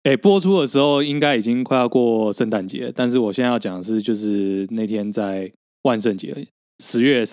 播出的时候应该已经快要过圣诞节，但是我现在要讲的是，就是那天在万圣节10月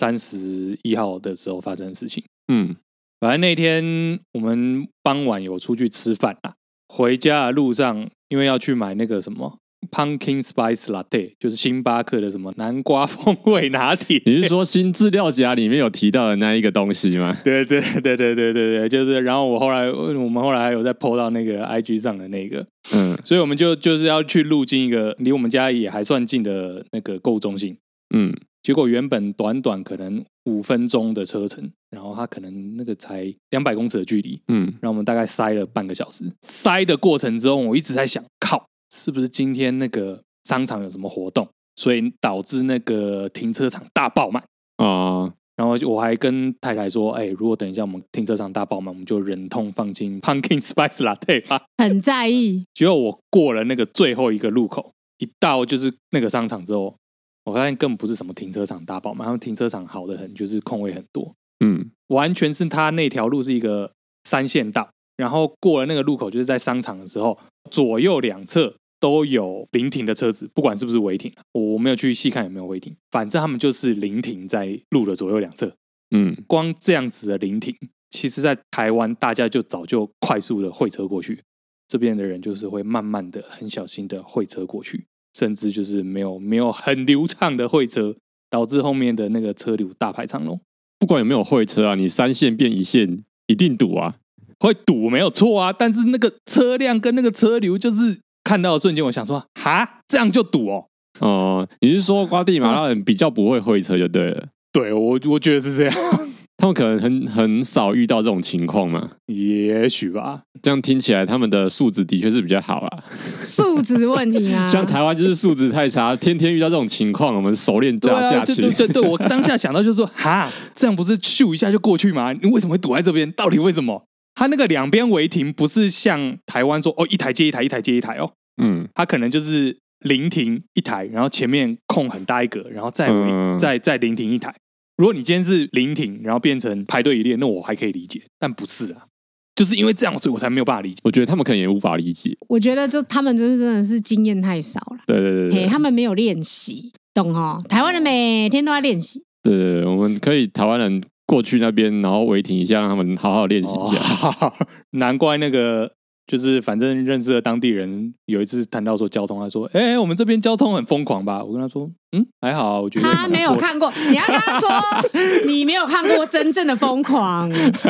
31号的时候发生的事情。反正那天我们傍晚有出去吃饭啊，回家的路上，因为要去买那个什么 Pumpkin Spice Latte， 就是星巴克的什么南瓜风味拿铁。 你是说新资料夹里面有提到的那一个东西吗？ 对，就是，然后我们后来还有再 po 到那个 IG 上的那个，所以我们就是要去路经一个离我们家也还算近的那个购物中心，结果原本短可能5分钟的车程，然后它可能那个才200公尺的距离，让我们大概塞了半个小时。塞的过程中，我一直在想，靠，是不是今天那个商场有什么活动，所以导致那个停车场大爆满啊？然后我还跟太太说，如果等一下我们停车场大爆满，我们就忍痛放进 Pumpkin Spice Latte 吧。 很在意。 结果我过了那个最后一个路口，一到就是那个商场之后，我发现根本不是什么停车场大爆满，他们停车场好的很，就是空位很多。完全是他那条路是一个3线道，然后过了那个路口，就是在商场的时候，左右两侧都有临停的车子，不管是不是违停，我没有去细看有没有违停，反正他们就是临停在路的左右两侧。光这样子的临停，其实在台湾大家就早就快速的会车过去，这边的人就是会慢慢的很小心的会车过去，甚至就是没有很流畅的会车，导致后面的那个车流大排长龙。 不管有没有会车啊，你3线变1线一定堵啊， 会堵没有错啊，但是那个车辆跟那个车流，就是看到的瞬间，我想说，哈，这样就堵哦。 你是说瓜地马拉人比较不会会车就对了？ 对，我觉得是这样。 他们可能很少遇到这种情况嘛， 也许吧。 这样听起来，他们的素质的确是比较好啦。 素质问题啊， 像台湾就是素质太差，天天遇到这种情况，我们熟练驾轻。 对，我当下想到就是说，哈，这样不是咻一下就过去吗？你为什么会堵在这边？到底为什么？他那个两边违停不是像台湾说一台接一台，一台接一台哦。他可能就是临停一台，然后前面空很大一格，然后再临停一台。如果你今天是临停，然后变成排队一列，那我还可以理解，但不是啊，就是因为这样，所以我才没有办法理解。 我觉得他们可能也无法理解。 我觉得就他们就是真的是经验太少了。 对， 他们没有练习，懂哦？台湾人每天都在练习。 对，我们可以台湾人过去那边，然后违停一下，让他们好好练习一下。 难怪那个。就是反正认识的当地人有一次谈到说交通，他说：“我们这边交通很疯狂吧？”我跟他说：“还好，我觉得他没有看过。你要跟他说，你没有看过真正的疯狂。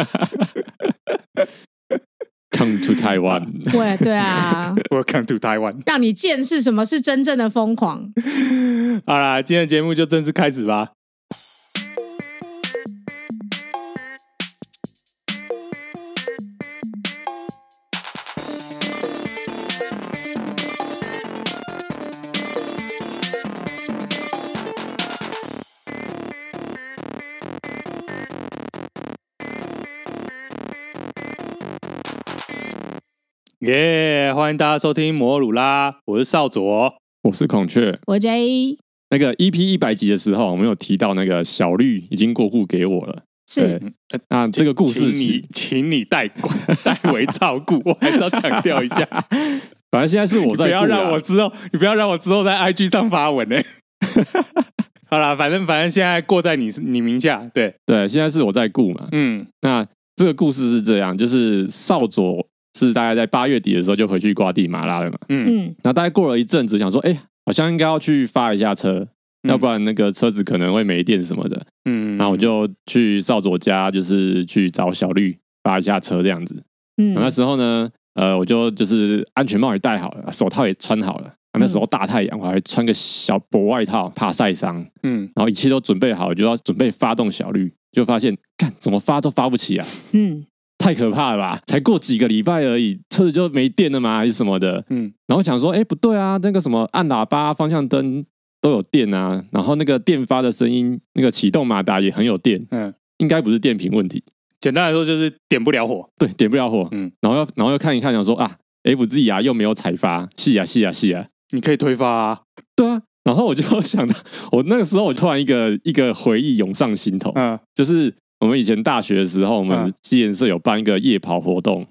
Come to Taiwan， 对啊 ，Welcome to Taiwan， 让你见识什么是真正的疯狂。 好啦，今天的节目就正式开始吧。欢迎大家收听摩尔鲁拉，我是少佐， 我是孔雀， 我 J。 那个 EP 100集的时候，我们有提到那个小绿已经过户给我了， 是。 那这个故事请你代为照顾，我还是要强调一下。 反正现在是我在顾， 你不要让我之后在 IG 上发文好啦，反正现在过在你名下，对， 现在是我在顾嘛。那这个故事是这样，就是少佐是大概在8月底的时候就回去瓜地马拉了嘛。那大概过了一阵子，想说，好像应该要去发一下车，要不然那个车子可能会没电什么的。那我就去少佐家，就是去找小绿发一下车这样子。那时候呢，我就是安全帽也戴好了，手套也穿好了。那时候大太阳，我还穿个小薄外套，怕晒伤。然后一切都准备好，就要准备发动小绿，就发现，干怎么发都发不起来。太可怕了吧！才过几个礼拜而已，车子就没电了吗？还是什么的？然后想说，不对啊，那个什么按喇叭、方向灯都有电啊，然后那个电发的声音，那个启动马达也很有电，应该不是电瓶问题。 简单来说就是点不了火， 对，点不了火。然后又看一看，想说啊 ，FZ 啊又没有踩发，是啊， 你可以推发啊， 对啊。然后我就想到，我那个时候我突然一个回忆涌上心头，就是。我们以前大学的时候，我们机研社有办一个夜跑活动，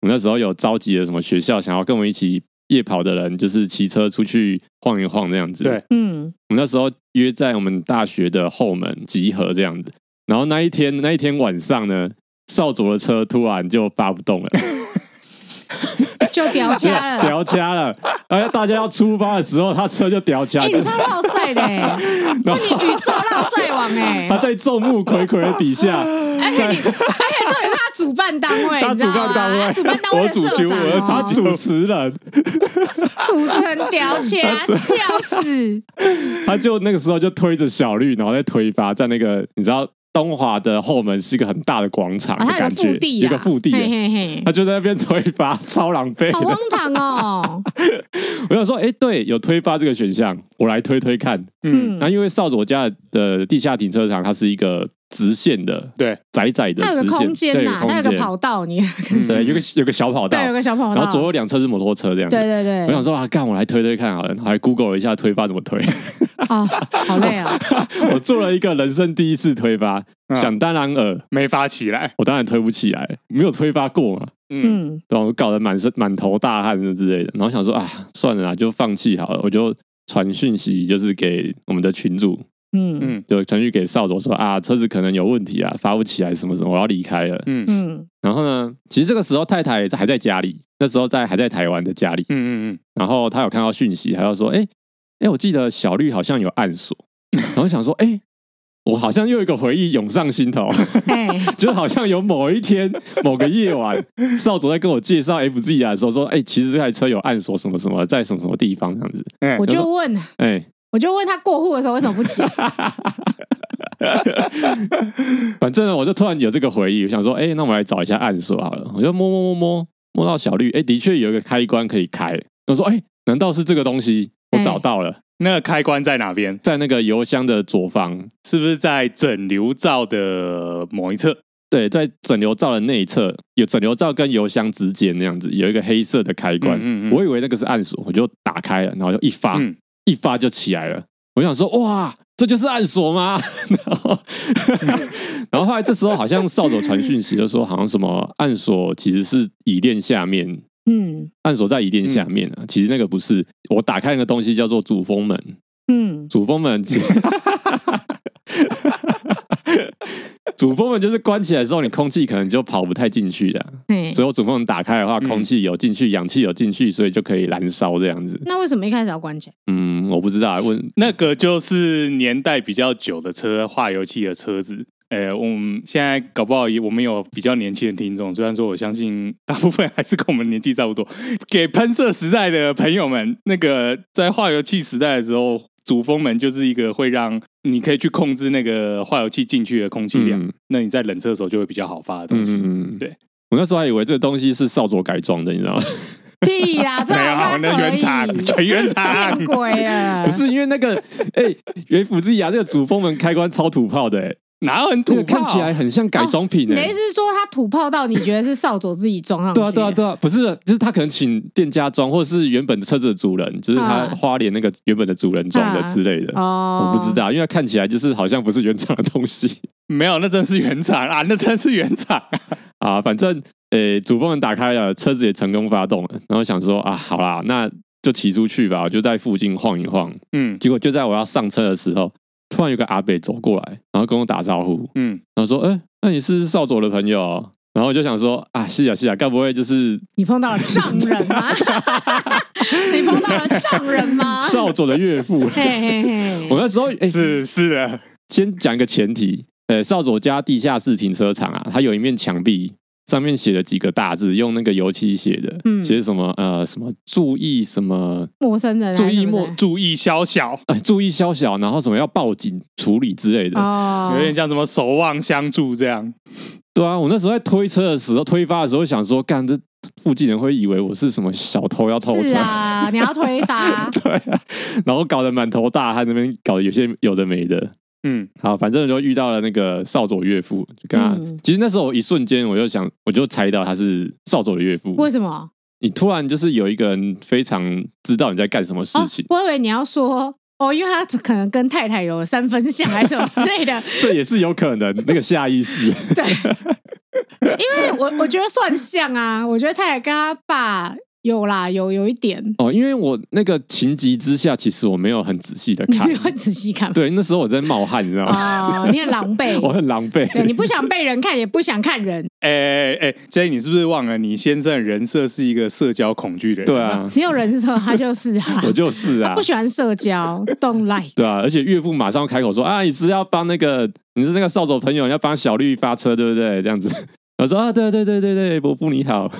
我们那时候有召集了什么学校想要跟我们一起夜跑的人，就是骑车出去晃一晃这样子。 对， 我们那时候约在我们大学的后门集合这样子。然后那一天晚上呢，少佐的车突然就发不动了。 就掉掐了， 掉掐了！哎，大家要出发的时候，他车就掉掐。 你超落赛的哎，你宇宙落赛王哎！ 他在众目睽睽的底下， 而且重点是他主办单位， 他主办单位， 主办单位的社长， 他主持人， 主持人掉掐，笑死！ 他就那个时候就推着小绿，然后在推发，在那个你知道。东华的后门是一个很大的广场的感觉，一个腹地，他就在那边推发，超狼狈， 好荒唐哦！ 我想说，对，有推发这个选项，我来推推看。那因为少佐家的地下停车场，它是一个直线的， 对， 窄窄的直线， 它有个空间呐，它有个跑道， 对，有个小跑道， 对，有个小跑道， 然后左右两侧是摩托车这样， 对对对。 我想说干，我来推推看好了，还 Google 了一下推发怎么推。 哦，好累啊！ 我做了一个人生第一次推发，想当然没发起来， 我当然推不起来，没有推发过嘛。对，我搞得满头大汗之类的，然后想说算了啦，就放弃好了，我就传讯息，就是给我们的群主，就传讯给少佐说车子可能有问题啊，发不起来什么什么，我要离开了。然后呢，其实这个时候太太还在家里，那时候还在台湾的家里。然后他有看到讯息，他就说我记得小绿好像有暗锁，然后想说我好像又有一个回忆涌上心头，就好像有某一天某个夜晚，少佐在跟我介绍 FZ 的时候说，其实这台车有暗锁什么什么，在什么什么地方这样子。 我就问，他过户的时候为什么不起？ 反正呢，我就突然有这个回忆，我想说，那我们来找一下暗锁好了。我就摸到小绿，的确有一个开关可以开。我说，难道是这个东西？我找到了。 那个开关在哪边？ 在那个油箱的左方， 是不是在整流罩的某一侧？ 对，在整流罩的内侧，有整流罩跟油箱之间那样子有一个黑色的开关。我以为那个是暗锁，我就打开了，然后就一发就起来了。我想说，哇，这就是暗锁吗？然后后来这时候好像少佐传讯息就说，好像什么暗锁其实是椅垫下面。暗锁在椅垫下面其实那个不是，我打开那个东西叫做主风门。主风门主风门就是关起来之后，你空气可能就跑不太进去的。所以我主风门打开的话，空气有进去，氧气有进去，所以就可以燃烧这样子。 那为什么一开始要关起来？ 我不知道， 那个就是年代比较久的车，化油器的车子。我们现在搞不好我们有比较年轻的听众，虽然说我相信大部分还是跟我们年纪差不多。给喷射时代的朋友们，那个在化油器时代的时候，主风门就是一个会让你可以去控制那个化油器进去的空气量，那你在冷车的时候就会比较好发的东西。对， 我那时候还以为这个东西是少佐改装的，你知道吗？ 屁啦， 没有，那原厂，全原厂， 见鬼了！ 不是因为那个，原福之牙这个主风门开关超土炮的， 哪有很土炮？ 看起来很像改装品。 你的意思是说他土炮到你觉得是少佐自己装上去？ 对啊，不是，就是他可能请店家装，或者是原本车子的主人，就是他花莲那个原本的主人装的之类的。我不知道，因为看起来就是好像不是原厂的东西。 没有，那真是原厂啊，那真是原厂啊！反正主风门打开了，车子也成功发动了，然后想说好啦，那就骑出去吧，我就在附近晃一晃。结果就在我要上车的时候，突然有个阿伯走过来，然后跟我打招呼。然后说那你是少佐的朋友？然后我就想说是啊，该不会就是你碰到了丈人吗？你碰到了丈人吗？ 少佐的岳父。我那时候是的。 先讲一个前提，少佐家地下室停车场它有一面墙壁，上面写了几个大字，用那个油漆写的，写什么什么注意什么陌生人， 注意宵小， 注意宵小，然后什么要报警处理之类的， 有点像什么守望相助这样。 对啊，我那时候在推发的时候想说，干这附近人会以为我是什么小偷要偷车。 是啊，你要推发。 对啊，然后搞得满头大汗，那边搞得有的没的。好，反正就遇到了那个少佐岳父，就跟他。其实那时候一瞬间我就猜到他是少佐的岳父。 为什么？ 你突然就是有一个人非常知道你在干什么事情。 我以为你要说因为他可能跟太太有3分像还是什么之类的。 这也是有可能，那个下意识。 对。 因为我觉得算像啊，我觉得他也跟他爸有啦，有一点哦，因为我那个情急之下，其实我没有很仔细的看， 你没有很仔细看， 对，那时候我在冒汗，你知道吗？ 哦，你很狼狈， 我很狼狈， 对，你不想被人看，也不想看人。 J， 你是不是忘了你先生的人设是一个社交恐惧的人？ 对啊， 没有人设，他就是啊， 我就是啊， 他不喜欢社交 ，don't like。 对啊，而且岳父马上开口说啊，你是要帮你是那个少佐朋友，要帮小绿发车，对不对？这样子，我说啊，对，伯父你好。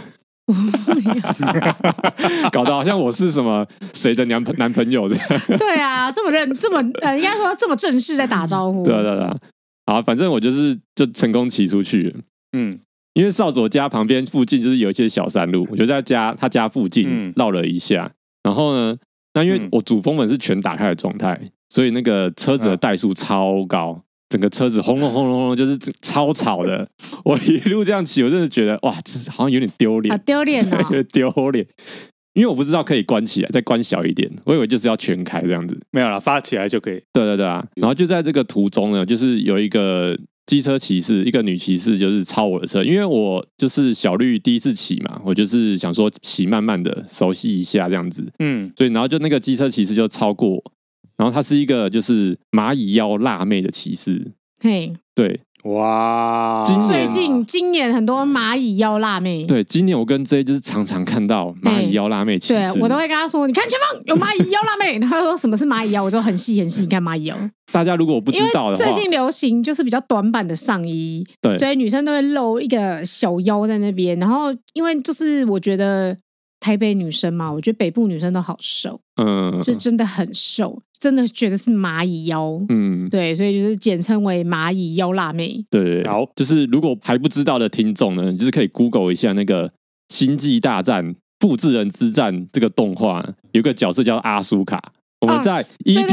搞得好像我是什么谁的男朋友这样。 对啊，这么应该说这么正式在打招呼。 对，好，反正我就成功骑出去了。因为少佐家旁边附近就是有一些小山路，我就在他家附近绕了一下。然后呢，那因为我主风门是全打开的状态，所以那个车子的怠速超高。整个车子轰隆轰隆轰隆，就是超吵的。我一路这样骑，我真的觉得哇，这好像有点丢脸， 丢脸哦， 有点丢脸。因为我不知道可以关起来，再关小一点，我以为就是要全开这样子。 没有啦，发起来就可以。 对啊，然后就在这个途中呢，就是有一个机车骑士，一个女骑士，就是超我的车，因为我就是小绿第一次骑嘛，我就是想说骑慢慢的熟悉一下这样子。所以然后就那个机车骑士就超过我。然后他是一个就是蚂蚁腰辣妹的骑士， 嘿， 对， 哇！ 最近今年很多蚂蚁腰辣妹， 对，今年我跟 J 就是常常看到蚂蚁腰辣妹骑士， 对我都会跟他说，你看前方有蚂蚁腰辣妹，他说什么是蚂蚁腰，我就很细，你看蚂蚁腰。 大家如果不知道的话， 最近流行就是比较短版的上衣， 对， 所以女生都会露一个小腰在那边，然后因为就是我觉得台北女生嘛，我觉得北部女生都好瘦，就真的很瘦。真的觉得是蚂蚁腰，对，所以就是简称为蚂蚁腰辣妹。 对，好，就是如果还不知道的听众呢，就是可以 Google 一下那个《星际大战：复制人之战》这个动画，有个角色叫阿苏卡。我们在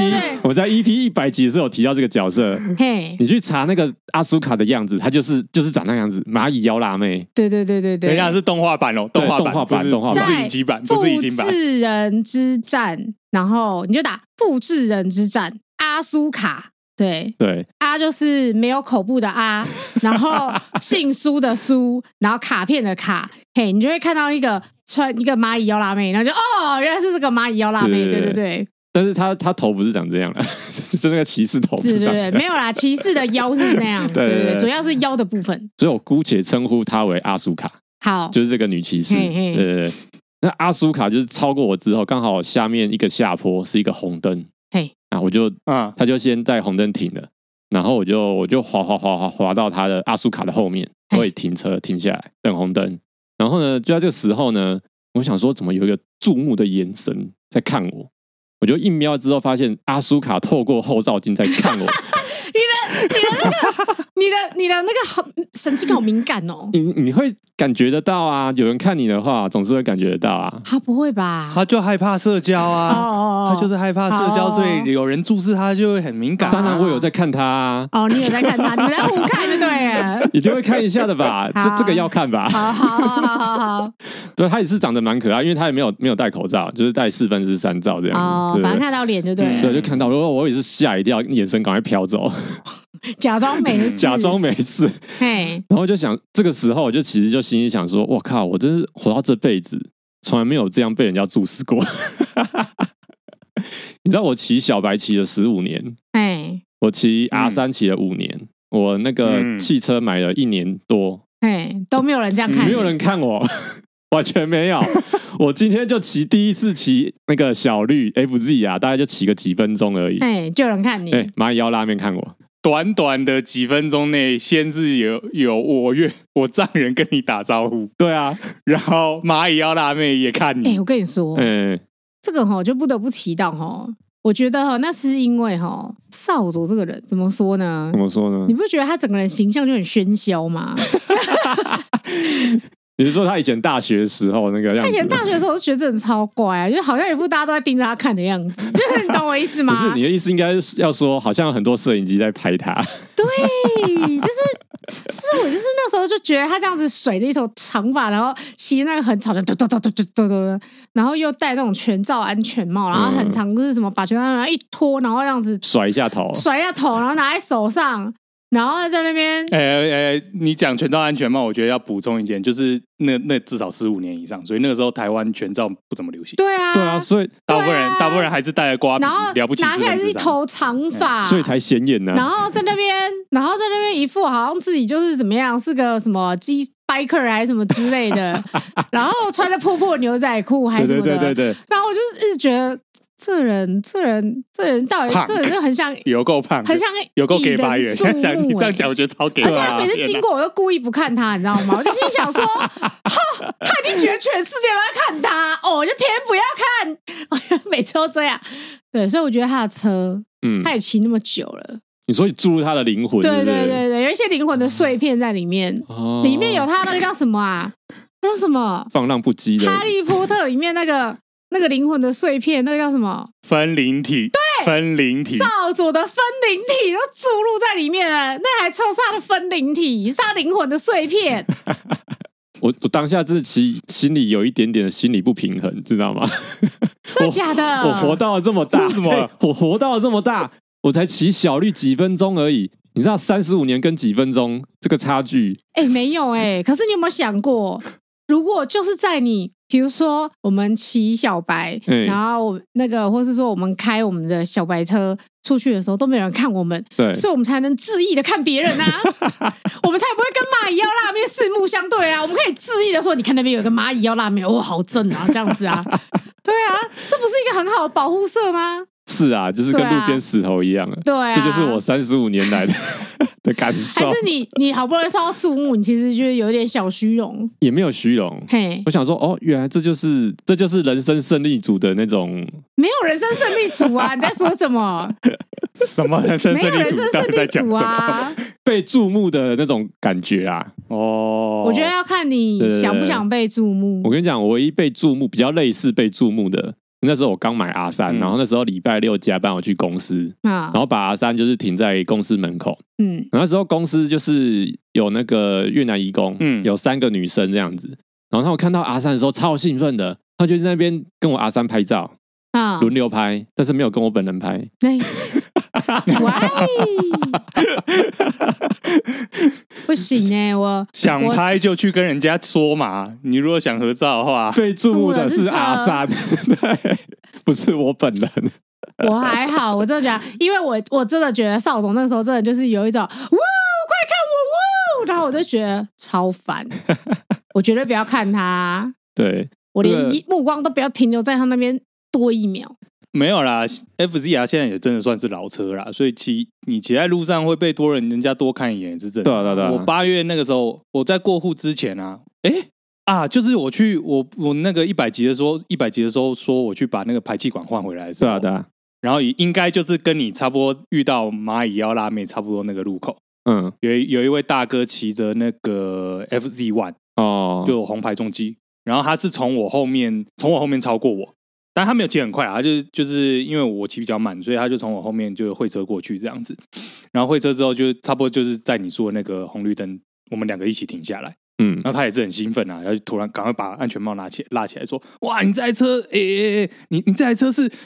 EP100 集的时候有提到这个角色，你去查那个阿苏卡的样子，他就是长那样子，蚂蚁腰辣妹。 对， 等一下是动画版哦，动画版不是影集版，不是影集版。 复制人之战，然后你就打复制人之战阿苏卡。对，阿就是没有口部的阿，然后姓苏的苏，然后卡片的卡，嘿，你就会看到穿一个蚂蚁腰辣妹，然后就原来是这个蚂蚁腰辣妹，对。 但是他头不是长这样啦，就那个骑士头不是长这样， 没有啦，骑士的腰是那样，对，主要是腰的部分， 所以我姑且称呼她为阿苏卡， 好， 就是这个女骑士，对。那阿苏卡就是超过我之后，刚好下面一个下坡是一个红灯，啊，他就先在红灯停了，然后我就滑到他的阿苏卡的后面，我也停下来等红灯，然后呢，就在这个时候呢，我想说怎么有一个注目的眼神在看我。我就一瞄之后，发现阿苏卡透过后照镜在看我。 你的那个神经好敏感哦。 你会感觉得到啊，有人看你的话，总是会感觉得到啊。 他不会吧？ 他就害怕社交啊，他就是害怕社交，所以有人注视他就会很敏感。 当然我有在看他啊。 你有在看他，你们在互看就对了。 一定会看一下的吧？这个要看吧？ 好。 对，他也是长得蛮可爱，因为他也没有戴口罩，就是戴3/4罩这样。 反正看到脸就对了。 对，就看到，我也是吓一跳，眼神赶快飘走。 假装没事， 然后就想，这个时候我就其实就心里想说，我靠，我真是活到这辈子，从来没有这样被人家注视过。你知道我骑小白骑了15年，我骑 R3 骑了5年，我那个汽车买了1年多， 都没有人这样看， 没有人看我，完全没有。我今天就第一次骑那个小绿 FZ 啊，大概就骑个几分钟而已， 就有人看你， 蚂蚁腰拉面看我。 短短的几分钟内，先是有我丈人跟你打招呼， 对啊， 然后蚂蚁腰辣妹也看你。 我跟你说，这个就不得不提到我觉得那是因为少佐这个人怎么说呢？你不觉得他整个人形象就很喧嚣吗？ 你是说他以前大学的时候那个样子？他以前大学的时候，我就觉得这人超怪啊，就好像一副大家都在盯着他看的样子，就是你懂我意思吗？ 不是，你的意思应该要说，好像很多摄影机在拍他。 对，就是我就是那时候就觉得他这样子甩着一头长发，然后骑那个很吵的嘟嘟嘟嘟嘟嘟嘟，然后又戴那种全罩安全帽，然后很长就是什么把全罩安一脱，然后这样子甩一下头， 然后拿在手上。 然后在那边， 你讲全罩安全帽，我觉得要补充一件，就是那至少15年以上，所以那个时候台湾全罩不怎么流行。 对啊， 所以大部分人还是戴着瓜皮，了不起拿下来是一头长发， 所以才显眼呢。 然后在那边一副好像自己就是怎么样，是个什么biker 还是什么之类的，然后穿着破牛仔裤还是什么的，对。然后我就是一直觉得。这人到底这人就很像有够胖， 很像有够给白人。你这样讲，我觉得超给。 而且他每次经过，我都故意不看他，你知道吗？我就心想说，他已经觉得全世界都在看他，我就偏不要看。我就每次都这样。对，所以我觉得他的车，他也骑那么久了。 你说你注入他的灵魂， 对，有一些灵魂的碎片在里面，里面有他那个叫什么啊？那什么？ 放浪不羁的《 哈利波特》里面那个灵魂的碎片，那个叫什么？ 分灵体。对，分灵体。 少佐的分灵体都注入在里面了，那台车是他的分灵体，是他灵魂的碎片。 我当下自己心里有一点点的心理不平衡，知道吗？ 真的假的？ 我活到了这么大， 为什么？ 我活到了这么大，我才骑小绿几分钟而已。你知道35年跟几分钟这个差距？ 没有可是你有没有想过，如果就是在你。比如说，我们骑小白，然后或是说我们开我们的小白车出去的时候，都没有人看我们， 对， 所以我们才能恣意的看别人啊，我们才不会跟蚂蚁腰辣面四目相对啊，我们可以恣意的说，你看那边有个蚂蚁腰辣面，好正啊，这样子啊，对啊，这不是一个很好的保护色吗？ 是啊，就是跟路边石头一样对啊， 这就是我35年来的感受。 还是你好不容易受到注目，你其实觉得有点小虚荣？ 也没有虚荣，我想说，原来这就是人生胜利组的那种。 没有人生胜利组啊！你在说什么？ 什么人生胜利组？ 没有人生胜利组啊！ 被注目的那种感觉啊！ 我觉得要看你想不想被注目。 我跟你讲，我唯一被注目比较类似被注目的。那时候我刚买 R3，然后那时候礼拜6加班我去公司，然后把 R3就是停在公司门口。那时候公司就是有那个越南移工，有3个女生这样子。然后他们看到 R3的时候超兴奋的，他就在那边跟我 R3 拍照，轮流拍，但是没有跟我本人拍。 不行我想拍就去跟人家说嘛。你如果想合照的话， 被注目的是 R3， 对，不是我本人。 我还好，我真的觉得，因为我真的觉得少总那个时候真的就是有一种，哇，快看我，哇，然后我就觉得超烦，我绝对不要看他。 对， 我连目光都不要停留在他那边多1秒。 没有啦 ，FZR 现在也真的算是老车啦，所以你骑在路上会被人家多看一眼是正常的。对。我8月那个时候，我在过户之前啊，就是我那个100集的时候说我去把那个排气管换回来的时候， 对。 然后应该就是跟你差不多遇到蚂蚁腰辣妹差不多那个路口，有一位大哥骑着那个 FZ1 就有红牌重机，然后他是从我后面超过我。但他没有骑很快啊，他就是因为我骑比较慢，所以他就从我后面就会车过去这样子。然后会车之后，就差不多就是在你说的那个红绿灯，我们2个一起停下来。然后他也是很兴奋啊，然后就突然赶快把安全帽拉起来说：“哇，你这台车，你这台车是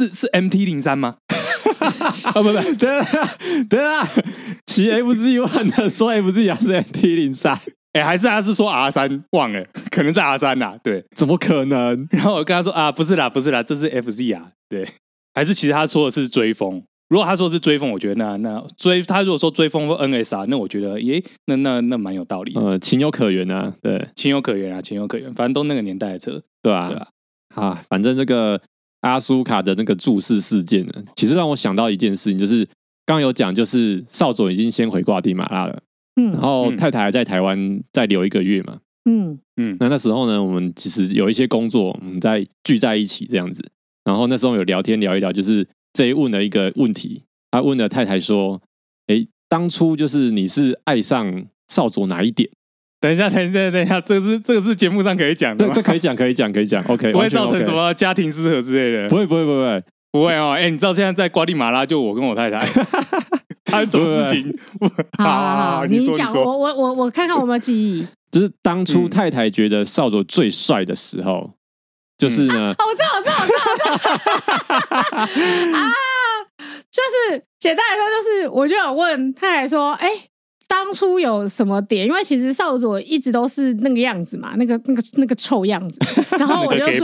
MT-03 吗？” 不，对啊，骑 FZ1 的说 FZ 是 MT-03。 还是他是说 R3 忘了，可能是 R3 啦，对， 怎么可能？ 然后我跟他说不是啦，这是 FZ 啊，对，还是其实他说的是追风。如果他说是追风，我觉得那他如果说追风或 NSR， 那我觉得那蛮有道理的， 情有可原啊，对， 情有可原，反正都那个年代的车， 对吧？反正这个阿苏卡的那个注释事件呢，其实让我想到一件事情，就是刚刚有讲，就是少佐已经先回瓜地马拉了。然后太太还在台湾再留1个月嘛，那时候呢，我们其实有一些工作，我们在聚在一起这样子。然后那时候有聊天聊一聊，就是J问了一个问题，他问了太太说：“当初就是你是爱上少佐哪一点？” 等一下，这个是节目上可以讲的吗？ 这可以讲，OK， 不会造成什么家庭失和之类的， 不会哦。你知道现在在瓜地马拉就我跟我太太。还有什么事情？ 好，你讲，我看看我有没有记忆。 就是当初太太觉得少佐最帅的时候，就是呢， 我知道啊，就是简单来说就是，我就有问太太说，当初有什么点？因为其实少佐一直都是那个样子嘛，那个臭样子。然后我就说，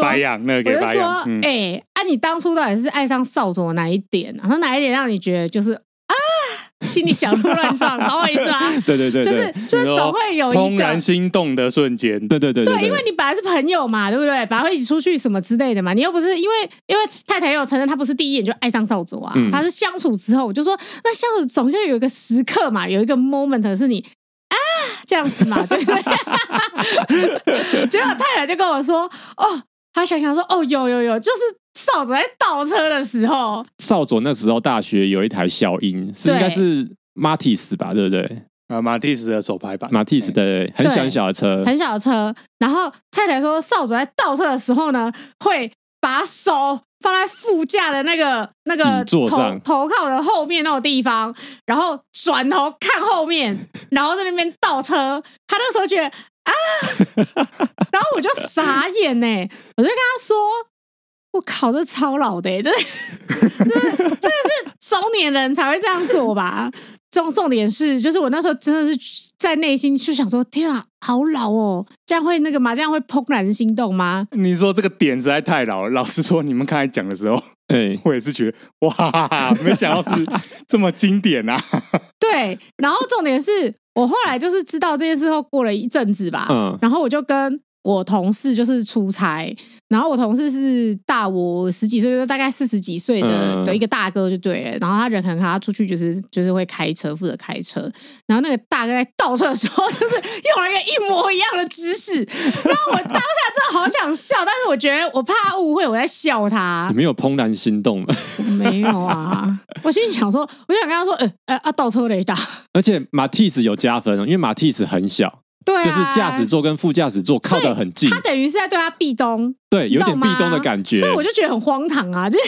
你当初到底是爱上少佐哪一点？然后哪一点让你觉得就是心里小鹿乱撞，懂我意思吗？ 对， 就是总会有一个怦然心动的瞬间。 对， 因为你本来是朋友嘛，对不对？本来会一起出去什么之类的嘛。你又不是因为太太有承认，她不是第一眼就爱上少佐啊，她是相处之后，我就说那相处总要有一个时刻嘛，有一个 moment 是你这样子嘛，对不对？结果太太就跟我说，她想说，有，就是少佐在倒车的时候， 少佐那时候大学有一台小鹰，应该是马蒂斯吧，对不对？ 马蒂斯的手排版， 马蒂斯的很小的车， 很小的车。然后太太说，少佐在倒车的时候呢，会把手放在副驾的那个头靠的后面那种地方，然后转头看后面，然后在那边倒车。他那时候觉得然后我就傻眼我就跟他说，我靠，这超老的这是中年人才会这样做吧。重点是，就是我那时候真的是在内心就想说，天啊，好老哦！这样会这样会怦然心动吗？ 你说这个点实在太老了。老实说，你们刚才讲的时候，我也是觉得哇，没想到是这么经典啊！ 对，然后重点是我后来就是知道这件事后过了一阵子吧，然后我就跟我同事就是出差，然后我同事是大我10几岁，就大概40几岁的一个大哥就对了。然后他人很好，他出去就是会开车，负责开车。然后那个大哥在倒车的时候，就是用了一个一模一样的姿势。然后我当下真的好想笑，但是我觉得我怕他误会我在笑他。 你没有怦然心动吗？ 没有啊，我心里想说，我就想跟他说，倒车雷达。 而且马蒂斯有加分因为马蒂斯很小。 对就是驾驶座跟副驾驶座靠得很近， 他等于是在对他壁咚， 对，有点壁咚的感觉， 所以我就觉得很荒唐啊，就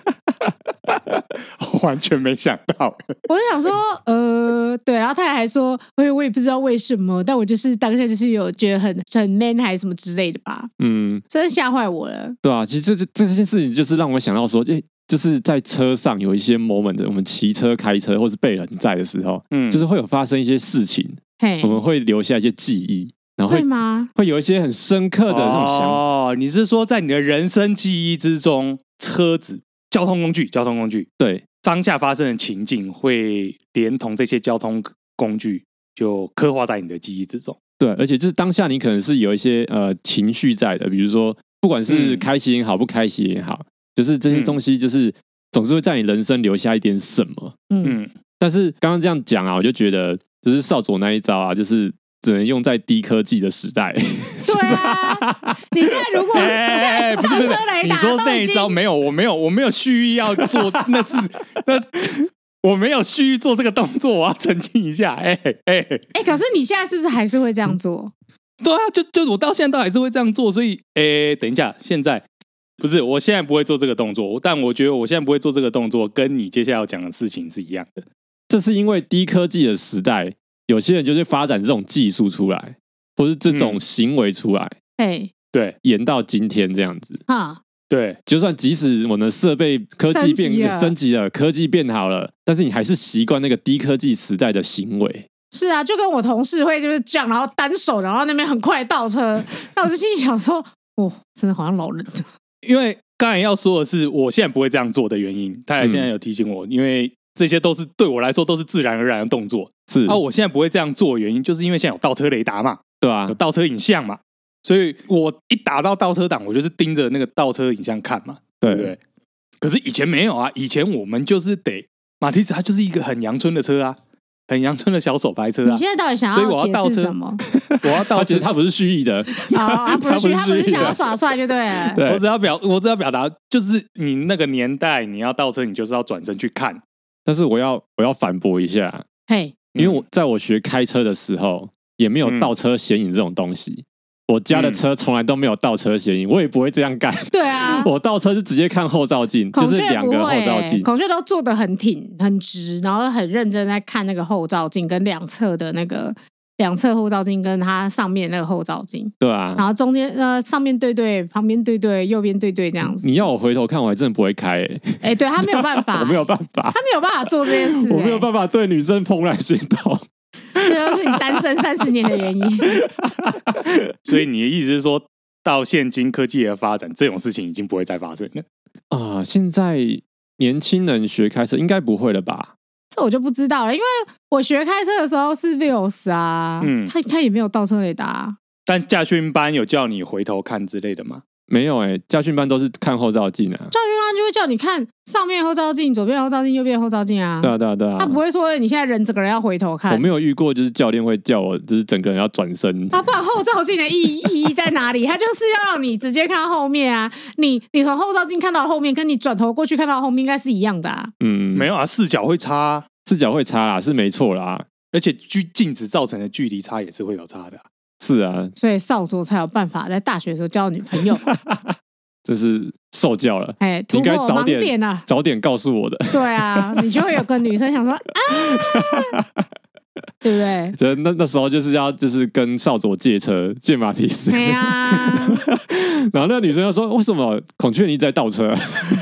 我完全没想到， 我就想说，对，然后他还说，我也不知道为什么，但我就是当下就是有觉得很 man 还是什么之类的吧，真的吓坏我了。 对啊，其实这件事情就是让我想到说，就是在车上有一些 moment， 我们骑车、开车或是被人载的时候，就是会有发生一些事情。我们会留下一些记忆，然后会有一些很深刻的这种想法。 你是说在你的人生记忆之中，车子、交通工具， 对当下发生的情境，会连同这些交通工具就刻画在你的记忆之中。 对，而且就是当下你可能是有一些情绪在的，比如说不管是开心也好，不开心也好，就是这些东西就是总是会在你人生留下一点什么。但是刚刚这样讲啊，我就觉得就是少佐那一招啊，就是只能用在低科技的时代。 对啊，你现在如果不是你说那一招没有，我没有蓄意要做，那我没有蓄意做这个动作，我要澄清一下。 可是你现在是不是还是会这样做？ 对啊，就我到现在都还是会这样做，所以等一下，现在不是我现在不会做这个动作，但我觉得我现在不会做这个动作，跟你接下来要讲的事情是一样的。 这是因为低科技的时代，有些人就是发展这种技术出来，或是这种行为出来， 对， 延到今天这样子。 对， 就算即使我们的设备科技升级了，科技变好了，但是你还是习惯那个低科技时代的行为。 是啊，就跟我同事会就是这样，然后单手，然后那边很快倒车，那我就心里想说，真的好像老人。 因为刚才要说的是，我现在不会这样做的原因，太太现在有提醒我，因为这些都是对我来说都是自然而然的动作。 是我现在不会这样做的原因，就是因为现在有倒车雷达嘛， 对啊， 有倒车影像嘛，所以我一打到倒车档，我就是盯着那个倒车影像看嘛，对不对？可是以前没有啊，以前我们就是马蒂斯，它就是一个很阳春的车啊，很阳春的小手排车啊。 你现在到底想要解释什么？ 我要倒车， 他不是蓄意的， 他不是想要耍帅就对了。 对，我只要表达，就是你那个年代，你要倒车，你就是要转身去看。 但是我要反驳一下，因为我在我学开车的时候，也没有倒车显影这种东西。我家的车从来都没有倒车显影，我也不会这样干。 对啊， 我倒车是直接看后照镜，就是2个后照镜。 孔雀都做得很挺、很直，然后很认真在看那个后照镜跟两侧的那个两侧后照镜跟它上面那个后照镜， 对啊， 然后中间上面对对，旁边对对，右边对对这样子。 你要我回头看，我还真的不会开对他没有办法， 我没有办法， 他没有办法做这件事， 我没有办法对女生怦然心动， 这就是你单身30年的原因。 所以你的意思是说，到现今科技的发展，这种事情已经不会再发生了啊？现在年轻人学开车应该不会了吧？ 这我就不知道了，因为我学开车的时候是 Vios 啊，他也没有倒车雷达。 但驾训班有叫你回头看之类的吗？ 没有驾训班都是看后照镜啊。 驾训班就会叫你看上面后照镜、左边后照镜、右边后照镜啊。 对啊，对啊，对啊。 他不会说你现在人整个人要回头看。 我没有遇过，就是教练会叫我，就是整个人要转身。 他不然后照镜的意义在哪里？他就是要让你直接看到后面啊。你从后照镜看到后面，跟你转头过去看到后面应该是一样的啊。 没有啊，视角会差， 视角会差啦，是没错啦。 而且镜子造成的距离差也是会有差的是啊， 所以少佐才有办法在大学的时候交女朋友。 这是受教了， 你应该早点告诉我的。 对啊，你就会有个女生想说啊，对不对？ 就那时候就是跟少佐借车借马蹄斯， 对啊。 然后那个女生就说：“为什么孔雀你一直在倒车？”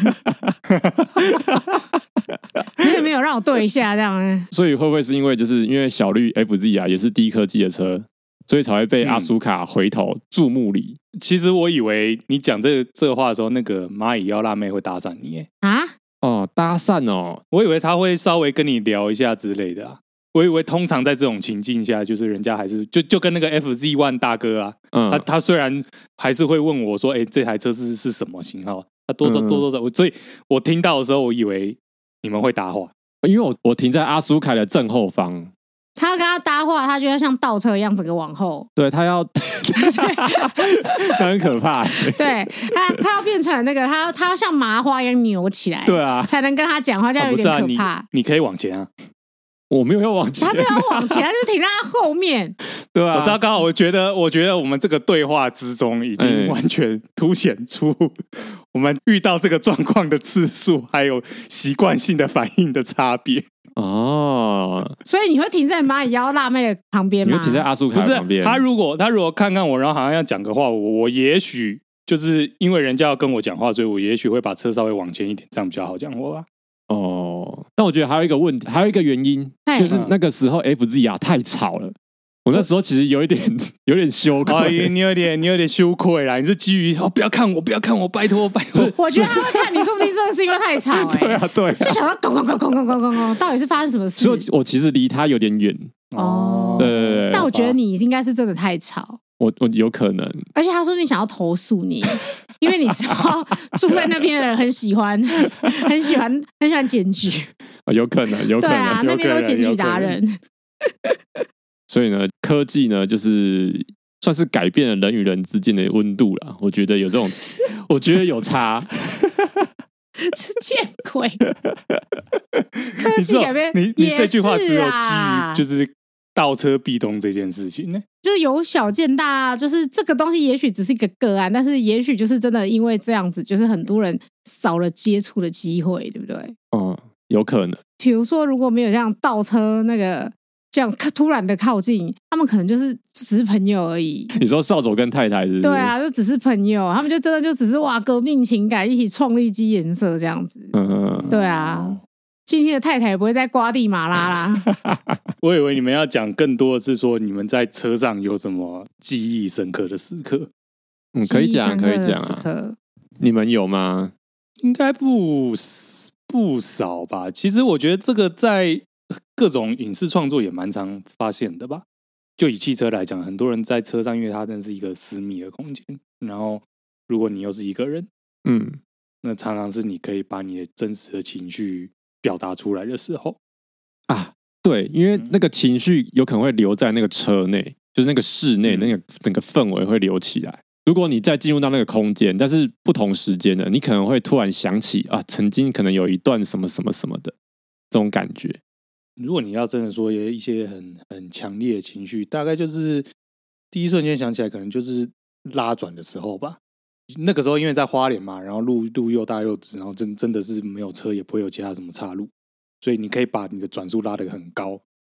你也没有让我对一下这样。 所以会不会是因为小绿 FZ 啊也是低科技的车？所以才会被阿苏卡回头注目礼。 其实我以为你讲这个话的时候，那个蚂蚁妖辣妹会搭讪你啊？ 哦，搭讪哦， 我以为他会稍微跟你聊一下之类的啊。我以为通常在这种情境下，就是人家还是就跟那个 FZ1 大哥啊，他虽然还是会问我说，这台车是什么型号？他多少，所以我听到的时候，我以为你们会搭话， 因为我停在阿苏凯的正后方。 他跟他搭话，他就要像倒车一样整个往后。 对他要，他很可怕。 对他要变成那个他要像麻花一样扭起来， 对啊， 才能跟他讲话，这样有点可怕。 你可以往前啊， 我没有要往前， 他没有要往前，他就停在他后面。 对啊， 我糟糕，我觉得我们这个对话之中已经完全凸显出我们遇到这个状况的次数，还有习惯性的反应的差别。 哦， 所以你会停在蚂蚁妖辣妹的旁边吗？ 你会停在阿苏卡的旁边？ 他如果看看我，然后好像要讲个话，我也许就是因为人家要跟我讲话，所以我也许会把车稍微往前一点，这样比较好讲话吧。 哦，但我觉得还有一个问题，还有一个原因，就是那个时候 FZ 啊太吵了。我那时候其实有点羞愧， 你有点羞愧啦。你是基于不要看我，拜托。 我觉得他会看你，说不定真的是因为太吵。 对啊，对， 就想到咚，到底是发生什么事？ 所以我其实离他有点远。 哦， 对。 但我觉得你应该是真的太吵。 我有可能， 而且他说你想要投诉你，因为你知道住在那边的人很喜欢检举。 有可能。 对啊，那边都检举达人。 所以呢，科技呢，就是算是改变了人与人之间的温度了。我觉得有这种，我觉得有差。 是见鬼！科技改变， 你这句话只有基于就是倒车壁咚这件事情呢， 就是由小见大，就是这个东西也许只是一个个案，但是也许就是真的因为这样子，就是很多人少了接触的机会，对不对？ 嗯，有可能。 比如说，如果没有这样倒车那个。这样突然的靠近，他们可能只是朋友而已。 你说少佐跟太太是不是？ 对啊，就只是朋友，他们就真的就只是哇革命情感，一起创立基颜色这样子。对啊，今天的太太也不会再刮地马拉啦。 我以为你们要讲更多的是说你们在车上有什么记忆深刻的时刻。 可以讲啊。你们有吗？ 应该不少吧。其实我觉得这个在各种影视创作也蛮常发现的吧。就以汽车来讲，很多人在车上，因为它真是一个私密的空间，然后如果你又是一个人，那常常是你可以把你的真实的情绪表达出来的时候啊。对，因为那个情绪有可能会留在那个车内，就是那个室内，那个整个氛围会留起来。如果你再进入到那个空间，但是不同时间的，你可能会突然想起啊，曾经可能有一段什么什么什么的这种感觉。 如果你要真的说有一些很强烈的情绪，大概就是第一瞬间想起来，可能就是拉转的时候吧。那个时候因为在花莲嘛，然后路又大又直，然后真的是没有车，也不会有其他什么岔路，所以你可以把你的转速拉得很高，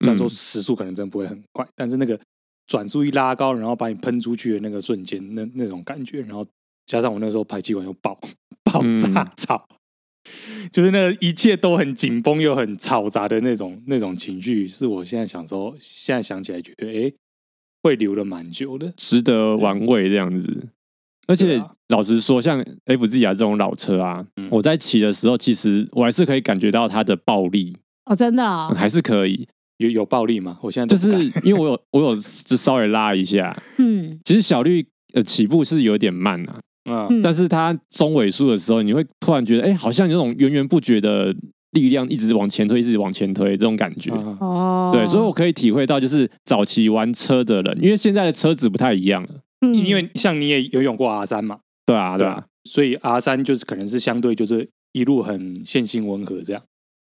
虽然说时速可能真的不会很快，但是那个转速一拉高，然后把你喷出去的那个瞬间，那种感觉，然后加上我那时候排气管又爆炸吵，就是那个一切都很紧绷又很嘈杂的那种情绪，是我现在想起来觉得，会留了蛮久的， 值得玩味这样子。而且老实说，像 FZ 这种老车啊，我在骑的时候，其实我还是可以感觉到它的暴力哦，真的哦， 还是可以有暴力吗？我现在就是因为我有就稍微拉一下，其实小绿起步是有点慢啊。但是它中尾数的时候，你会突然觉得，好像有种源源不绝的力量一直往前推，一直往前推这种感觉。对，所以我可以体会到，就是早期玩车的人，因为现在的车子不太一样了。 因为像你也游泳过 R3 嘛， 对啊， 所以 R3 就是可能是相对就是一路很线性温和这样。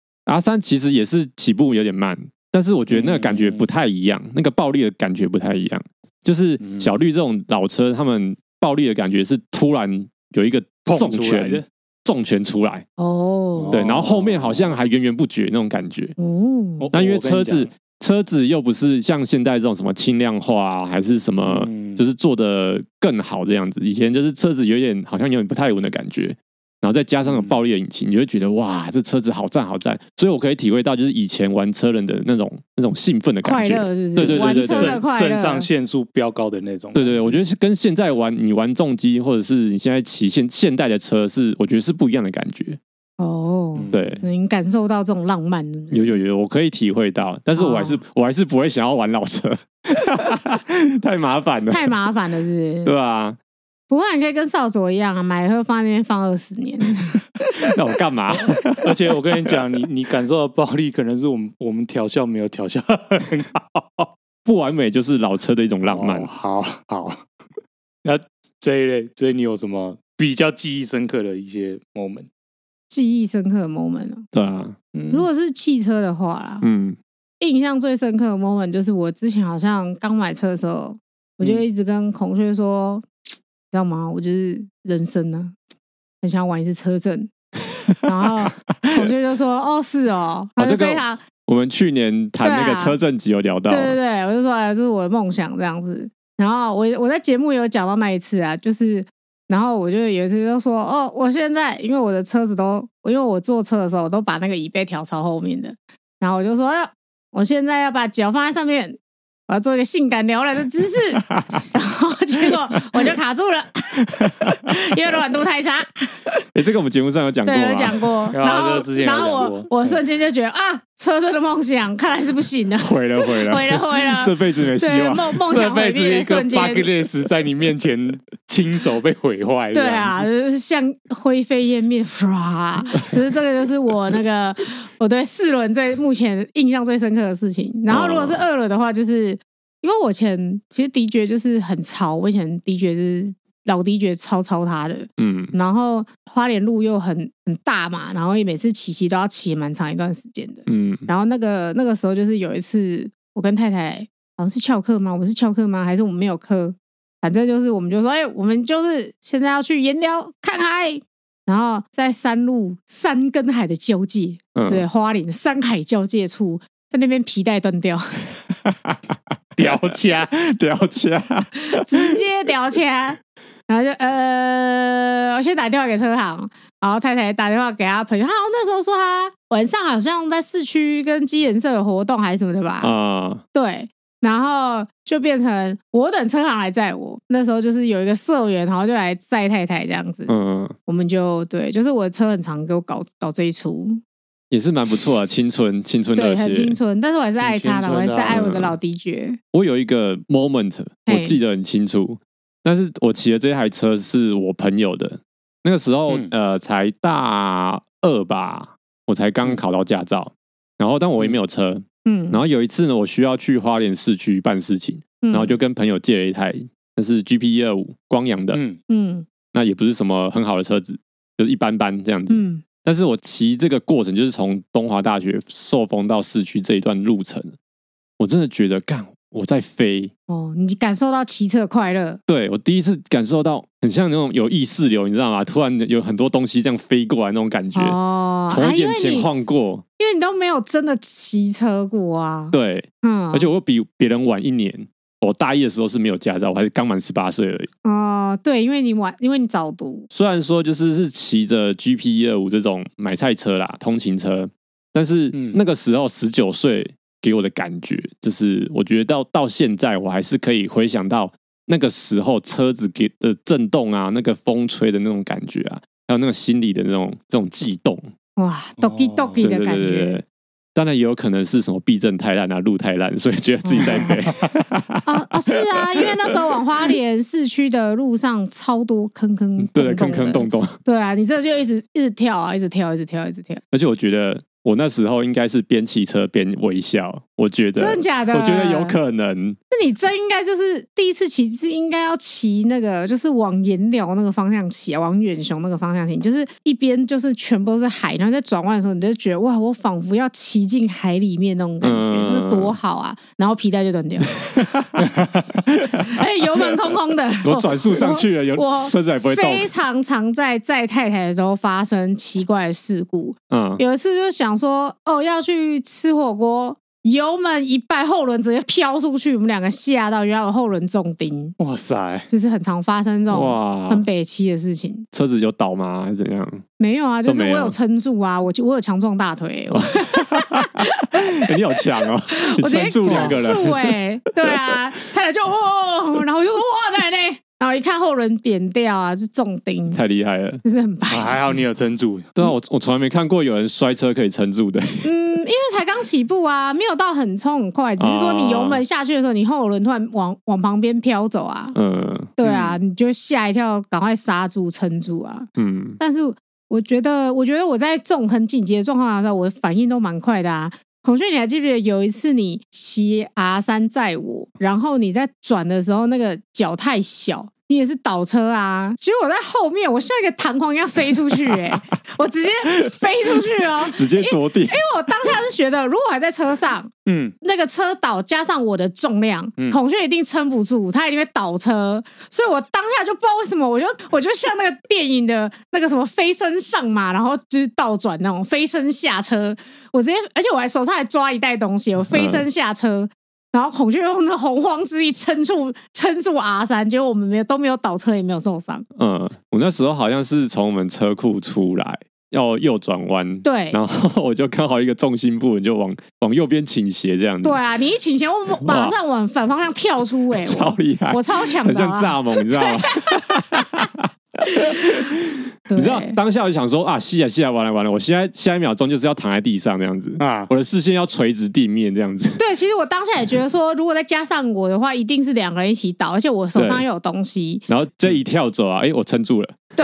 R3 其实也是起步有点慢，但是我觉得那个感觉不太一样，那个暴力的感觉不太一样。就是小绿这种老车，他们暴力的感觉是突然有一个重拳出来对，然后后面好像还源源不绝那种感觉那因为车子又不是像现在这种什么轻量化还是什么，就是做的更好这样子。以前就是车子好像有点不太稳的感觉，然后再加上有暴力的引擎，你就会觉得哇，这车子好赞好赞。所以我可以体会到，就是以前玩车人的那种兴奋的感觉， 快乐是不是？对， 玩车的快乐，肾上腺素飙高的那种。 对，我觉得跟现在你玩重机，或者是你现在骑现代的车，我觉得是不一样的感觉。对， 你感受到这种浪漫， 有，我可以体会到，但是我还是不会想要玩老车，太麻烦了， 是不是？ 对啊， 不过你可以跟少佐一样啊，买了后放那边放20年。 那我干嘛？ 而且我跟你讲，你感受到暴力，可能是我们调校没有调校很好， 不完美就是老车的一种浪漫。 好，那这一类，所以你有什么比较记忆深刻的一些 moment？ 记忆深刻的 moment 对啊， 如果是汽车的话啦，印象最深刻的 moment 就是我之前好像刚买车的时候，我就一直跟孔雀说，知道吗？我就是人生呢，很想玩一次车震。然后孔雀就说：“哦，是哦。”他就非常。 我们去年谈那个车震集有聊到， 对，我就说这是我的梦想这样子。然后我在节目有讲到那一次啊，就是。然后我就有一次就说我现在因为我的车子因为我坐车的时候我都把那个椅背调朝后面的，然后我就说我现在要把脚放在上面，我要做一个性感撩人的姿势，然后结果我就卡住了，因为软度太差。 这个我们节目上有讲过， 对，有讲过。然后我瞬间就觉得车震的梦想看来是不行的， 毁了，这辈子没希望， 梦想毁灭的瞬间， 这辈子一个 bucket list 在你面前亲手被毁坏。 对啊，像灰飞烟灭，只是这个就是我对4轮目前印象最深刻的事情。然后如果是2轮的话，就是因为我其实的确就是很超，我以前的确是老的确超他的，然后花莲路又很大嘛，然后每次骑都要骑蛮长一段时间的，然后那个时候就是有一次我跟太太好像是翘课吗？我们是翘课吗？还是我们没有课？反正就是我们就说，我们就是现在要去盐寮看海，然后在山跟海的交界，对，花莲山海交界处，在那边皮带断掉。 掉掐， 直接掉掐，然后就我先打电话给车行，然后太太打电话给他朋友，他那时候说他晚上好像在市区跟基研社有活动还是什么的吧，对，然后就变成我等车行来载我，那时候就是有一个社员，然后就来载太太这样子，我们就对，就是我的车很常给我搞这一出。 也是蛮不错的，青春热血， 对，很青春，但是我还是爱他的，我还是爱我的老DJ。 我有一个 moment， 我记得很清楚，但是我骑的这台车是我朋友的，那个时候才大2吧，我才刚考到驾照，然后但我也没有车，然后有一次呢，我需要去花莲市区办事情，然后就跟朋友借了一台，那是 GP125 光阳的，那也不是什么很好的车子，就是一般般这样子，但是我骑这个过程就是从东华大学寿丰到市区这一段路程，我真的觉得我在飞你感受到骑车的快乐。 对，我第一次感受到很像那种有意识流，你知道吗？突然有很多东西这样飞过来那种感觉，从我眼前晃过。 因为为你都没有真的骑车过啊。 对，而且我比别人晚1年。我大一的时候是没有驾照，我还是刚满18岁而已。 对，因为你早读。 虽然说是骑着 GP125 这种买菜车啦，通勤车，但是那个时候19岁给我的感觉，就是我觉得到现在我还是可以回想到那个时候车子给的震动啊，那个风吹的那种感觉啊，还有那个心里的这种悸动。 哇 ，doki doki 的感觉。 对，当然也有可能是什么避震太烂啊，路太烂，所以觉得自己在飞。 是啊，因为那时候往花莲市区的路上超多坑坑洞洞， 对，坑坑洞洞。 对啊，你这就一直跳啊，一直跳。 而且我觉得我那时候应该是边骑车边微笑，我觉得真的假的？ 我觉得有可能。 那你真应该就是第一次骑，是应该要骑那个，就是往盐寮那个方向骑啊，往远雄那个方向骑，就是一边就是全部都是海，然后在转弯的时候，你就觉得哇，我仿佛要骑进海里面那种感觉，那多好啊！然后皮带就断掉，油门空空的， 我转速上去了，车子还不会动。 非常常在载太太的时候发生奇怪的事故。有一次就想说，要去吃火锅。油门一拜，后轮直接飘出去，我们2个吓到，原来我后轮中钉。 哇塞， 就是很常发生这种很北七的事情。 车子有倒吗？还是怎样？ 没有啊，就是我有撑住啊，我有强壮大腿。 你好强哦！ 我直接撑住2个人。对啊，太太就然后我就说哇奶奶。然后一看后轮扁掉啊，是重钉， 太厉害了， 就是很白痴。 还好你有撑住。 对啊，我从来没看过有人摔车可以撑住的。 因为才刚起步啊，没有到很冲很快，只是说你油门下去的时候，你后轮突然往旁边飘走啊。对啊，你就吓一跳，赶快刹住撑住啊。但是我觉得我在这种很紧急的状况的时候，我的反应都蛮快的啊。孔雀，你还记不记得有一次你骑 R3 载我，然后你在转的时候那个脚太小，你也是倒车啊？结果我在后面，我像一个弹簧一样飞出去，我直接飞出去哦， 直接着地。因为我当下是觉得，如果还在车上，那个车倒加上我的重量，孔雀一定撑不住，它一定会倒车。所以我当下就不知道为什么，我就像那个电影的那个什么飞身上马，然后就是倒转那种飞身下车。我直接，而且我手上还抓一袋东西，我飞身下车。然后孔雀用那洪荒之力撑住 R3， 结果我们都没有倒车，也没有受伤。 我那时候好像是从我们车库出来，要右转弯， 对， 然后我就刚好一个重心不稳，就往右边倾斜这样子。 对啊，你一倾斜，我马上往反方向跳出， 超厉害， 我超强的， 很像蚱蜢，你知道吗？你知道当下我就想说啊，是啊，完了，我下一秒钟就是要躺在地上这样子啊，我的视线要垂直地面这样子。 对，其实我当下也觉得说，如果再加上我的话，一定是2个人一起倒，而且我手上又有东西。 然后这一跳走啊，我撑住了。 对，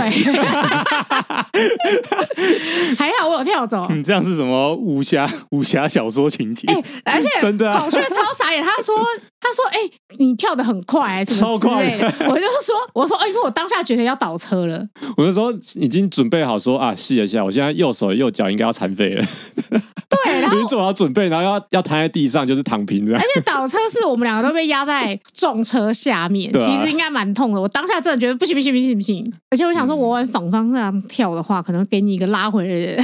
还好我有跳走。 你这样是什么武侠小说情节？ 而且真的孔雀超傻眼，他说，你跳得很快，什么之类的。我说，因为我当下觉得要倒车了。 我那时候已经准备好说啊，试一下，我现在右手右脚应该要残废了。 对，然后已经做好准备，然后要瘫在地上，就是躺平这样。 而且倒车是我们2个都被压在重车下面，其实应该蛮痛的。我当下真的觉得不行。而且我想说，我往反方向跳的话，可能给你一个拉回来的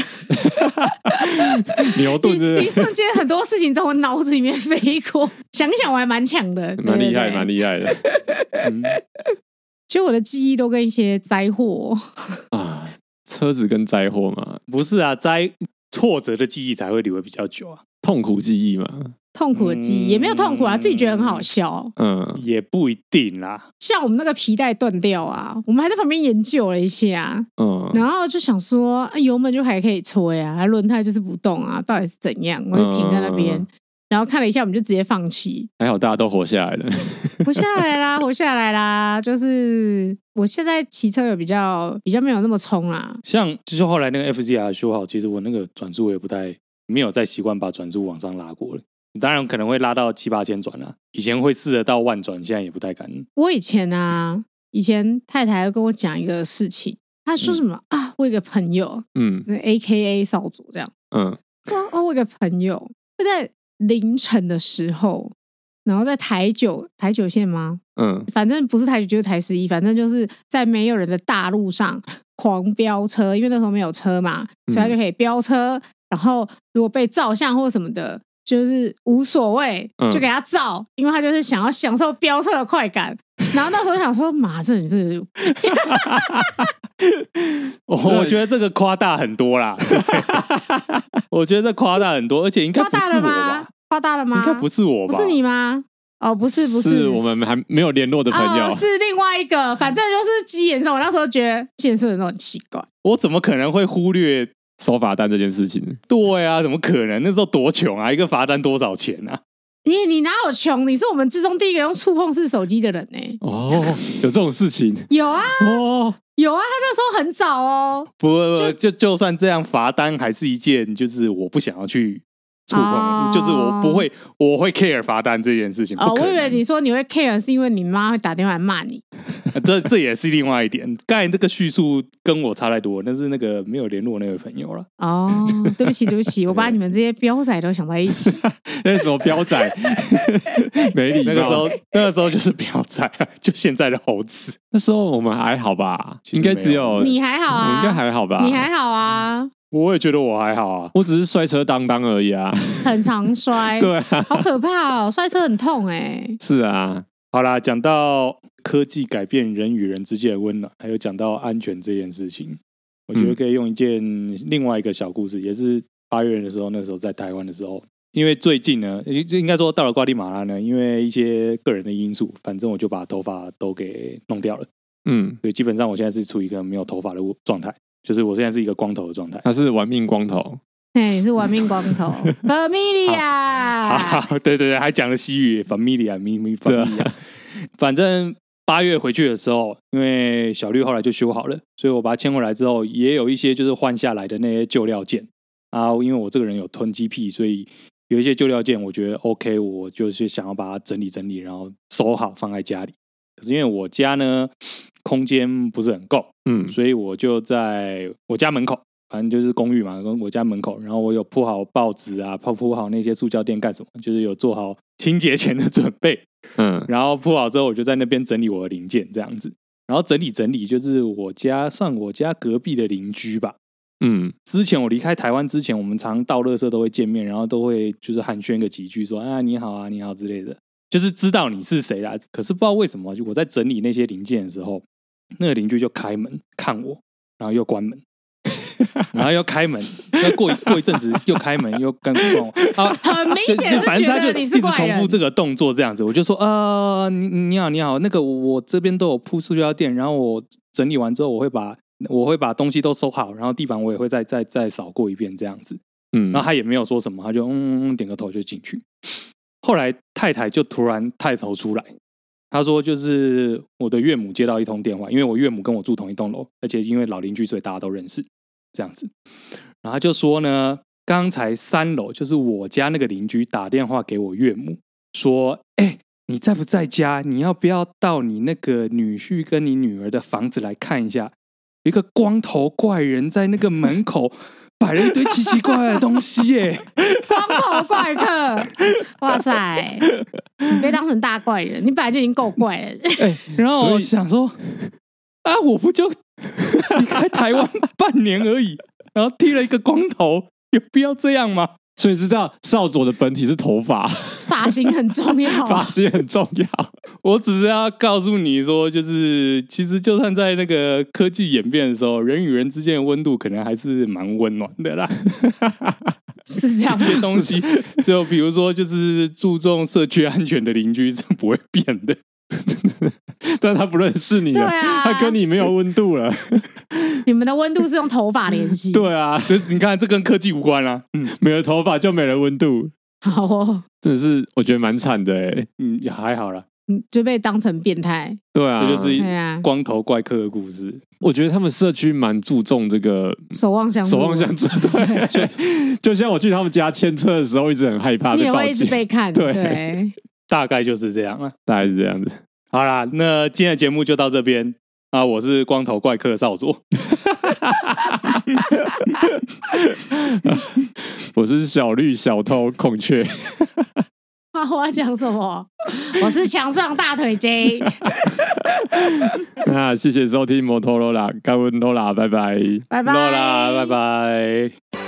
牛顿。 一瞬间很多事情在我脑子里面飞过，想想我还蛮强的， 蛮厉害的。 其实我的记忆都跟一些灾祸啊，车子跟灾祸嘛， 不是啊，挫折的记忆才会留得比较久啊， 痛苦记忆嘛。 痛苦的记忆也没有痛苦啊，自己觉得很好笑。 也不一定啦。 像我们那个皮带断掉啊，我们还在旁边研究了一下，然后就想说，油门就还可以吹啊，轮胎就是不动啊，到底是怎样？我就停在那边，然后看了一下，我们就直接放弃。 还好大家都活下来了， 活下来啦。就是我现在骑车有比较没有那么冲啦。 像就是后来那个 FZR 修好，其实我那个转速也没有再习惯把转速往上拉过了。当然可能会拉到7-8千转啦，以前会试得到10000转，现在也不太敢。 我以前太太跟我讲一个事情，她说什么啊？我有个朋友，AKA 少主这样，说我有个朋友会在凌晨的时候，然后在台九线吗？反正不是台九就是台11，反正就是在没有人的大路上狂飙车，因为那时候没有车嘛，所以他就可以飙车。 然后如果被照相或什么的，就是无所谓，就给他照，因为他就是想要享受飙车的快感。然后那时候想说，妈，这人是， 我觉得这个夸大很多啦。我觉得这夸大很多，而且应该不是我吧？ 夸大了吗？ 应该不是我吧？ 不是你吗？哦，不是， 是我们还没有联络的朋友， 是另外一个。反正就是鸡眼兽，我那时候觉得鸡眼兽人都很奇怪。 我怎么可能会忽略收罚单这件事情？ 对啊，怎么可能？那时候多穷啊，一个罚单多少钱啊？ 你哪有穷？你是我们之中第一个用触碰式手机的人呢、欸。 哦，有这种事情？ 有啊，有啊，他那时候很早哦。 不，就算这样，罚单还是一件，就是我不想要去触碰，就是我会 care 罚单这件事情。 我以为你说你会 care 是因为你妈会打电话来骂你。 这也是另外一点。刚才这个叙述跟我差太多，那是那个没有联络那位朋友了。 哦，对不起，我把你们这些彪仔都想在一起。 那什么彪仔？没礼貌。 那个时候就是彪仔啊，就现在的猴子。 那时候我们还好吧？应该只有你还好啊？ 我应该还好吧？ 你还好啊？ 我也觉得我还好啊， 我只是摔车当而已啊， 很常摔。 对啊， 好可怕哦，摔车很痛哎。 是啊， 好啦，讲到科技改变人与人之间的温暖，还有讲到安全这件事情，我觉得可以用另外一个小故事，也是8月的时候，那时候在台湾的时候，因为最近呢，应该说到了瓜地马拉呢，因为一些个人的因素，反正我就把头发都给弄掉了。所以基本上我现在是处于一个没有头发的状态。就是我现在是一个光头的状态， 他是玩命光头， 你是玩命光头 ，Familia， 对，还讲了西语 ，Familia， 反正8月回去的时候，因为小绿后来就修好了，所以我把它牵回来之后，也有一些就是换下来的那些旧料件啊，因为我这个人有囤积癖，所以有一些旧料件，我觉得 OK， 我就是想要把它整理，然后收好放在家里。可是因为我家呢空间不是很够，所以我就在我家门口，反正就是公寓嘛，跟我家门口，然后我有铺好报纸啊，铺好那些塑胶垫干什么，就是有做好清洁前的准备，然后铺好之后，我就在那边整理我的零件这样子，然后整理，就是我家隔壁的邻居吧。之前我离开台湾之前，我们常到垃圾都会见面，然后都会就是寒暄个几句，说啊你好啊你好之类的。就是知道你是谁啦，可是不知道为什么，我在整理那些零件的时候，那个邻居就开门看我，然后又关门，然后又开门，过一阵子又开门又关我， 很明显是觉得你是怪人， 一直重复这个动作这样子，我就说你好，那个我这边都有铺塑胶垫，然后我整理完之后我会把东西都收好，然后地板我也会再扫过一遍这样子，然后他也没有说什么，他就点个头就进去。后来太太就突然探头出来，她说就是我的岳母接到一通电话，因为我岳母跟我住同一栋楼，而且因为老邻居所以大家都认识这样子，然后她就说呢，刚才3楼就是我家那个邻居打电话给我岳母说，你在不在家？你要不要到你那个女婿跟你女儿的房子来看一下？有一个光头怪人在那个门口摆了一堆奇奇怪怪的东西耶， 光头怪客，哇塞！你被当成大怪人，你本来就已经够怪了。 然后我想说，我不就离开台湾半年而已，然后剃了一个光头，有必要这样吗？ 所以知道少佐的本体是头发， 发型很重要， 发型很重要。 我只是要告诉你说，就是其实就算在那个科技演变的时候，人与人之间的温度可能还是蛮温暖的啦。 是这样， 这些东西，就比如说，就是注重社区安全的邻居是不会变的。 但他不认识你了，他跟你没有温度了。 你们的温度是用头发联系。 对啊， 你看这跟科技无关啦。 没了头发就没了温度。 好哦， 真的是我觉得蛮惨的也还好啦。 就被当成变态。 对啊， 这就是光头怪客的故事。 我觉得他们社区蛮注重这个守望相助。 对，就像我去他们家牵车的时候，一直很害怕被报警， 你也会一直被看。对， 大概就是这样啊， 大概是这样子。 好啦，那今天的节目就到这边啊！我是光头怪客少佐， 我是小绿小偷孔雀。 我要讲什么？我是强壮大腿 J。 那谢谢收听摩托罗拉，干温罗拉，拜拜， 拜拜， 罗拉，拜拜。